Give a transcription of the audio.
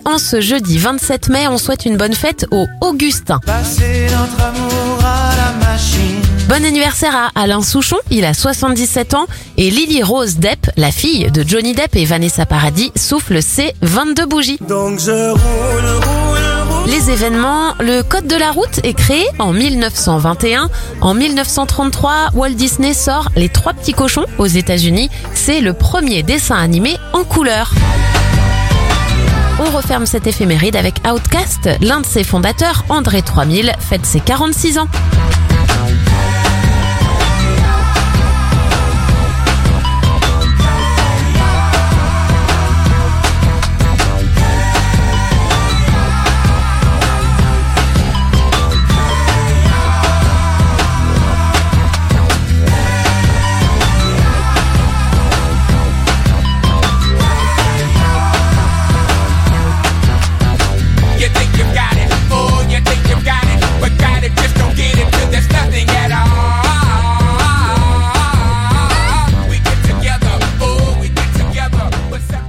en ce jeudi 27 mai, on souhaite une bonne fête aux Augustins. Passer notre amour à la machine. Bon anniversaire à Alain Souchon, il a 77 ans. Et Lily Rose Depp, la fille de Johnny Depp et Vanessa Paradis, souffle ses 22 bougies. Donc je roule. Les événements, le code de la route est créé en 1921. En 1933, Walt Disney sort Les Trois Petits Cochons aux États-Unis. C'est le premier dessin animé en couleur. On referme cette éphéméride avec Outkast. L'un de ses fondateurs, André 3000, fête ses 46 ans.